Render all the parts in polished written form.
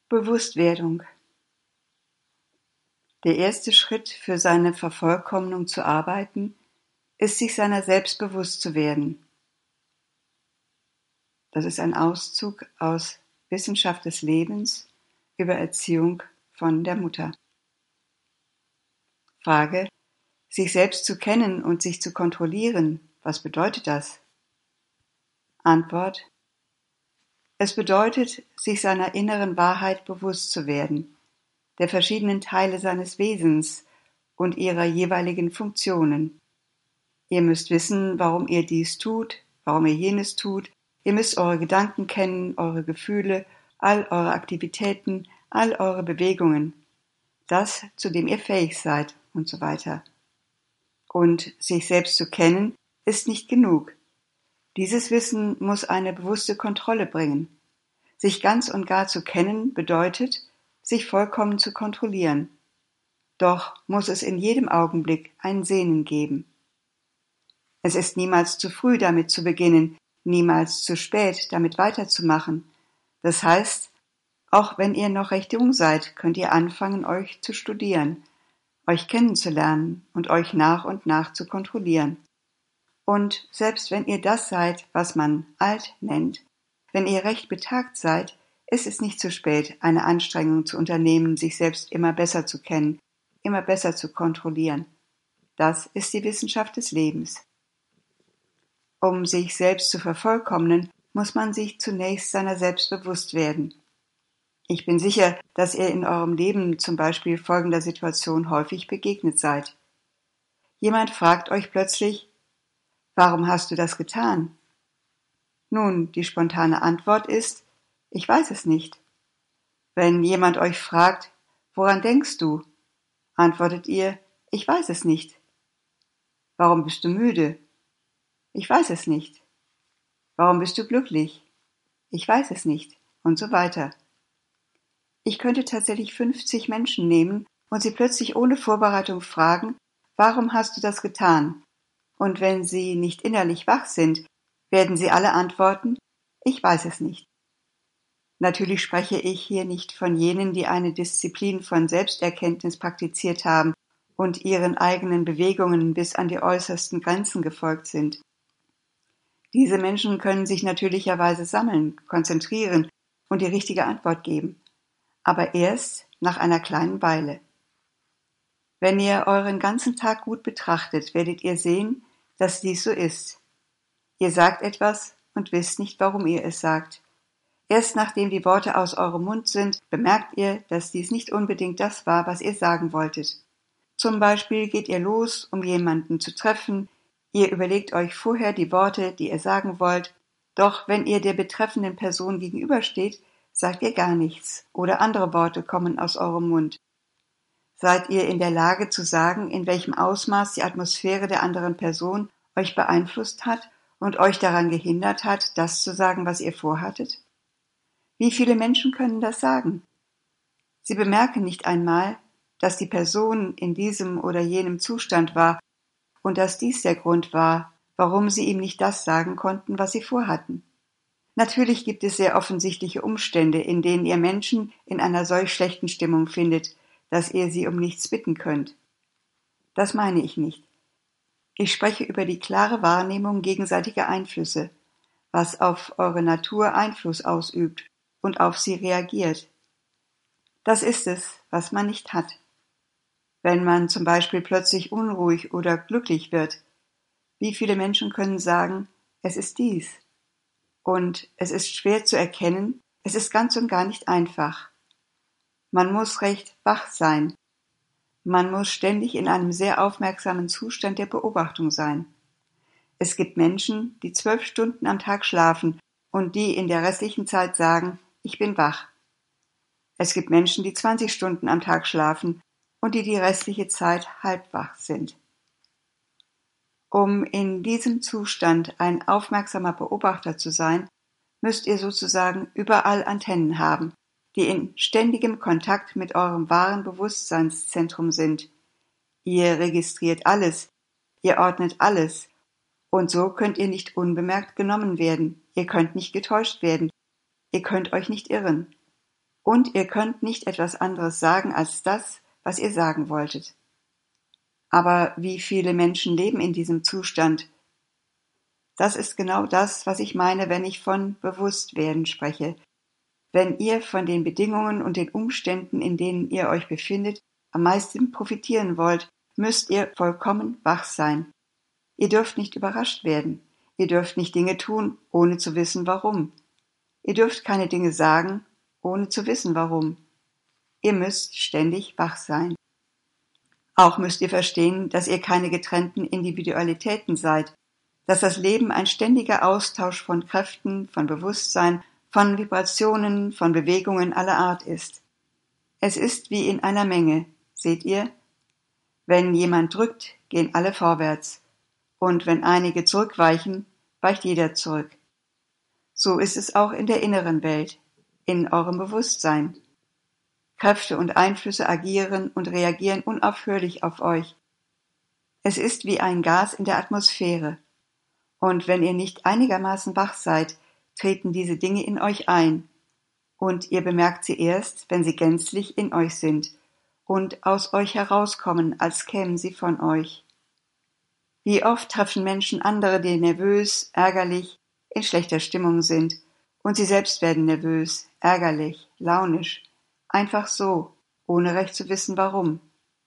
Bewusstwerdung. Der erste Schritt für seine Vervollkommnung zu arbeiten, ist, sich seiner selbst bewusst zu werden. Das ist ein Auszug aus Wissenschaft des Lebens über Erziehung von der Mutter. Frage: Sich selbst zu kennen und sich zu kontrollieren, was bedeutet das? Antwort: Es bedeutet, sich seiner inneren Wahrheit bewusst zu werden, der verschiedenen Teile seines Wesens und ihrer jeweiligen Funktionen. Ihr müsst wissen, warum ihr dies tut, warum ihr jenes tut. Ihr müsst eure Gedanken kennen, eure Gefühle, all eure Aktivitäten, all eure Bewegungen, das, zu dem ihr fähig seid und so weiter. Und sich selbst zu kennen, ist nicht genug. Dieses Wissen muss eine bewusste Kontrolle bringen. Sich ganz und gar zu kennen bedeutet, sich vollkommen zu kontrollieren. Doch muss es in jedem Augenblick ein Sehnen geben. Es ist niemals zu früh, damit zu beginnen, niemals zu spät, damit weiterzumachen. Das heißt, auch wenn ihr noch recht jung seid, könnt ihr anfangen, euch zu studieren, euch kennenzulernen und euch nach und nach zu kontrollieren. Und selbst wenn ihr das seid, was man alt nennt, wenn ihr recht betagt seid, ist es nicht zu spät, eine Anstrengung zu unternehmen, sich selbst immer besser zu kennen, immer besser zu kontrollieren. Das ist die Wissenschaft des Lebens. Um sich selbst zu vervollkommnen, muss man sich zunächst seiner selbst bewusst werden. Ich bin sicher, dass ihr in eurem Leben zum Beispiel folgender Situation häufig begegnet seid. Jemand fragt euch plötzlich: Warum hast du das getan? Nun, die spontane Antwort ist: Ich weiß es nicht. Wenn jemand euch fragt: Woran denkst du? Antwortet ihr: Ich weiß es nicht. Warum bist du müde? Ich weiß es nicht. Warum bist du glücklich? Ich weiß es nicht. Und so weiter. Ich könnte tatsächlich 50 Menschen nehmen und sie plötzlich ohne Vorbereitung fragen: Warum hast du das getan? Und wenn sie nicht innerlich wach sind, werden sie alle antworten: Ich weiß es nicht. Natürlich spreche ich hier nicht von jenen, die eine Disziplin von Selbsterkenntnis praktiziert haben und ihren eigenen Bewegungen bis an die äußersten Grenzen gefolgt sind. Diese Menschen können sich natürlicherweise sammeln, konzentrieren und die richtige Antwort geben, aber erst nach einer kleinen Weile. Wenn ihr euren ganzen Tag gut betrachtet, werdet ihr sehen, dass dies so ist. Ihr sagt etwas und wisst nicht, warum ihr es sagt. Erst nachdem die Worte aus eurem Mund sind, bemerkt ihr, dass dies nicht unbedingt das war, was ihr sagen wolltet. Zum Beispiel geht ihr los, um jemanden zu treffen. Ihr überlegt euch vorher die Worte, die ihr sagen wollt, doch wenn ihr der betreffenden Person gegenübersteht, sagt ihr gar nichts oder andere Worte kommen aus eurem Mund. Seid ihr in der Lage zu sagen, in welchem Ausmaß die Atmosphäre der anderen Person euch beeinflusst hat und euch daran gehindert hat, das zu sagen, was ihr vorhattet? Wie viele Menschen können das sagen? Sie bemerken nicht einmal, dass die Person in diesem oder jenem Zustand war und dass dies der Grund war, warum sie ihm nicht das sagen konnten, was sie vorhatten. Natürlich gibt es sehr offensichtliche Umstände, in denen ihr Menschen in einer solch schlechten Stimmung findet, dass ihr sie um nichts bitten könnt. Das meine ich nicht. Ich spreche über die klare Wahrnehmung gegenseitiger Einflüsse, was auf eure Natur Einfluss ausübt und auf sie reagiert. Das ist es, was man nicht hat. Wenn man zum Beispiel plötzlich unruhig oder glücklich wird, wie viele Menschen können sagen, es ist dies? Und es ist schwer zu erkennen, es ist ganz und gar nicht einfach. Man muss recht wach sein. Man muss ständig in einem sehr aufmerksamen Zustand der Beobachtung sein. Es gibt Menschen, die 12 Stunden am Tag schlafen und die in der restlichen Zeit sagen, ich bin wach. Es gibt Menschen, die 20 Stunden am Tag schlafen und die restliche Zeit halbwach sind. Um in diesem Zustand ein aufmerksamer Beobachter zu sein, müsst ihr sozusagen überall Antennen haben, die in ständigem Kontakt mit eurem wahren Bewusstseinszentrum sind. Ihr registriert alles, ihr ordnet alles, und so könnt ihr nicht unbemerkt genommen werden, ihr könnt nicht getäuscht werden, ihr könnt euch nicht irren. Und ihr könnt nicht etwas anderes sagen als das, was ihr sagen wolltet. Aber wie viele Menschen leben in diesem Zustand? Das ist genau das, was ich meine, wenn ich von Bewusstwerden spreche. Wenn ihr von den Bedingungen und den Umständen, in denen ihr euch befindet, am meisten profitieren wollt, müsst ihr vollkommen wach sein. Ihr dürft nicht überrascht werden. Ihr dürft nicht Dinge tun, ohne zu wissen, warum. Ihr dürft keine Dinge sagen, ohne zu wissen, warum. Ihr müsst ständig wach sein. Auch müsst ihr verstehen, dass ihr keine getrennten Individualitäten seid, dass das Leben ein ständiger Austausch von Kräften, von Bewusstsein, von Vibrationen, von Bewegungen aller Art ist. Es ist wie in einer Menge, seht ihr? Wenn jemand drückt, gehen alle vorwärts, und wenn einige zurückweichen, weicht jeder zurück. So ist es auch in der inneren Welt, in eurem Bewusstsein. Kräfte und Einflüsse agieren und reagieren unaufhörlich auf euch. Es ist wie ein Gas in der Atmosphäre. Und wenn ihr nicht einigermaßen wach seid, treten diese Dinge in euch ein. Und ihr bemerkt sie erst, wenn sie gänzlich in euch sind und aus euch herauskommen, als kämen sie von euch. Wie oft treffen Menschen andere, die nervös, ärgerlich, in schlechter Stimmung sind, und sie selbst werden nervös, ärgerlich, launisch, einfach so, ohne recht zu wissen, warum.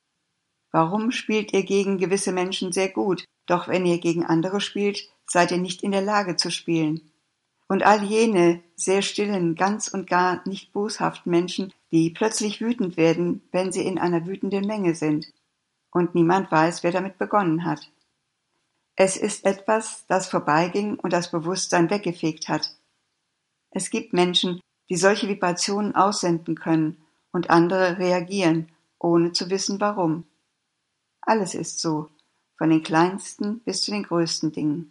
Warum spielt ihr gegen gewisse Menschen sehr gut, doch wenn ihr gegen andere spielt, seid ihr nicht in der Lage zu spielen? Und all jene sehr stillen, ganz und gar nicht boshaften Menschen, die plötzlich wütend werden, wenn sie in einer wütenden Menge sind. Und niemand weiß, wer damit begonnen hat. Es ist etwas, das vorbeiging und das Bewusstsein weggefegt hat. Es gibt Menschen, die solche Vibrationen aussenden können und andere reagieren, ohne zu wissen warum. Alles ist so, von den kleinsten bis zu den größten Dingen.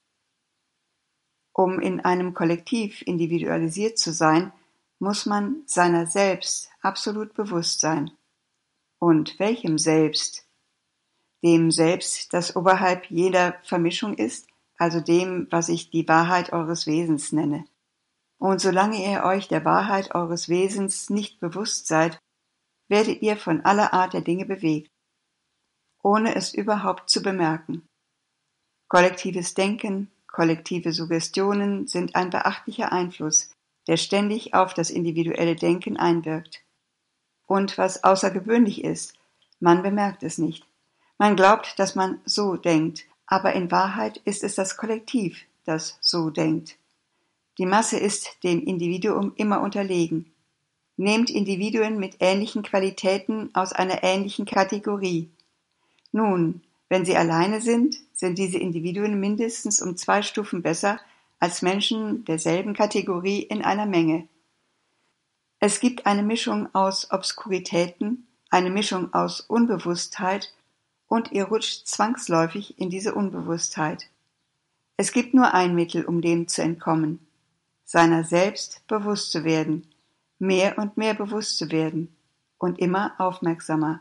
Um in einem Kollektiv individualisiert zu sein, muss man seiner selbst absolut bewusst sein. Und welchem Selbst? Dem Selbst, das oberhalb jeder Vermischung ist, also dem, was ich die Wahrheit eures Wesens nenne. Und solange ihr euch der Wahrheit eures Wesens nicht bewusst seid, werdet ihr von aller Art der Dinge bewegt, ohne es überhaupt zu bemerken. Kollektives Denken, kollektive Suggestionen sind ein beachtlicher Einfluss, der ständig auf das individuelle Denken einwirkt. Und was außergewöhnlich ist, man bemerkt es nicht. Man glaubt, dass man so denkt, aber in Wahrheit ist es das Kollektiv, das so denkt. Die Masse ist dem Individuum immer unterlegen. Nehmt Individuen mit ähnlichen Qualitäten aus einer ähnlichen Kategorie. Nun, wenn sie alleine sind diese Individuen mindestens um 2 Stufen besser als Menschen derselben Kategorie in einer Menge. Es gibt eine Mischung aus Obskuritäten, eine Mischung aus Unbewusstheit, und ihr rutscht zwangsläufig in diese Unbewusstheit. Es gibt nur ein Mittel, um dem zu entkommen, seiner selbst bewusst zu werden, mehr und mehr bewusst zu werden und immer aufmerksamer.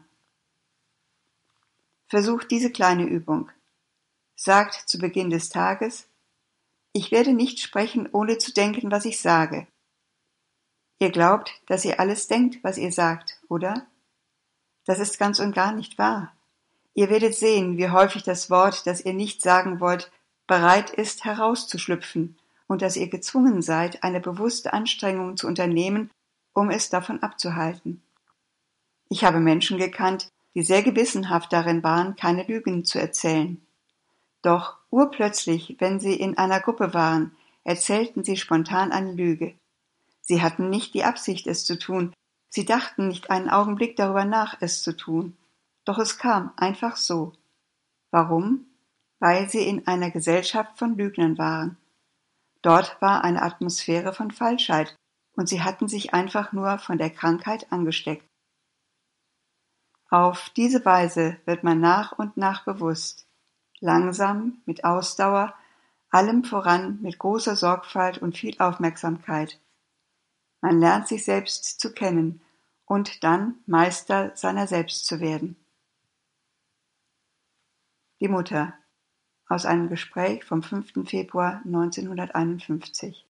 Versucht diese kleine Übung. Sagt zu Beginn des Tages: Ich werde nicht sprechen, ohne zu denken, was ich sage. Ihr glaubt, dass ihr alles denkt, was ihr sagt, oder? Das ist ganz und gar nicht wahr. Ihr werdet sehen, wie häufig das Wort, das ihr nicht sagen wollt, bereit ist, herauszuschlüpfen, und dass ihr gezwungen seid, eine bewusste Anstrengung zu unternehmen, um es davon abzuhalten. Ich habe Menschen gekannt, die sehr gewissenhaft darin waren, keine Lügen zu erzählen. Doch urplötzlich, wenn sie in einer Gruppe waren, erzählten sie spontan eine Lüge. Sie hatten nicht die Absicht, es zu tun, sie dachten nicht einen Augenblick darüber nach, es zu tun. Doch es kam einfach so. Warum? Weil sie in einer Gesellschaft von Lügnern waren. Dort war eine Atmosphäre von Falschheit, und sie hatten sich einfach nur von der Krankheit angesteckt. Auf diese Weise wird man nach und nach bewusst, langsam, mit Ausdauer, allem voran mit großer Sorgfalt und viel Aufmerksamkeit. Man lernt sich selbst zu kennen und dann Meister seiner selbst zu werden. Die Mutter, aus einem Gespräch vom 5. Februar 1951.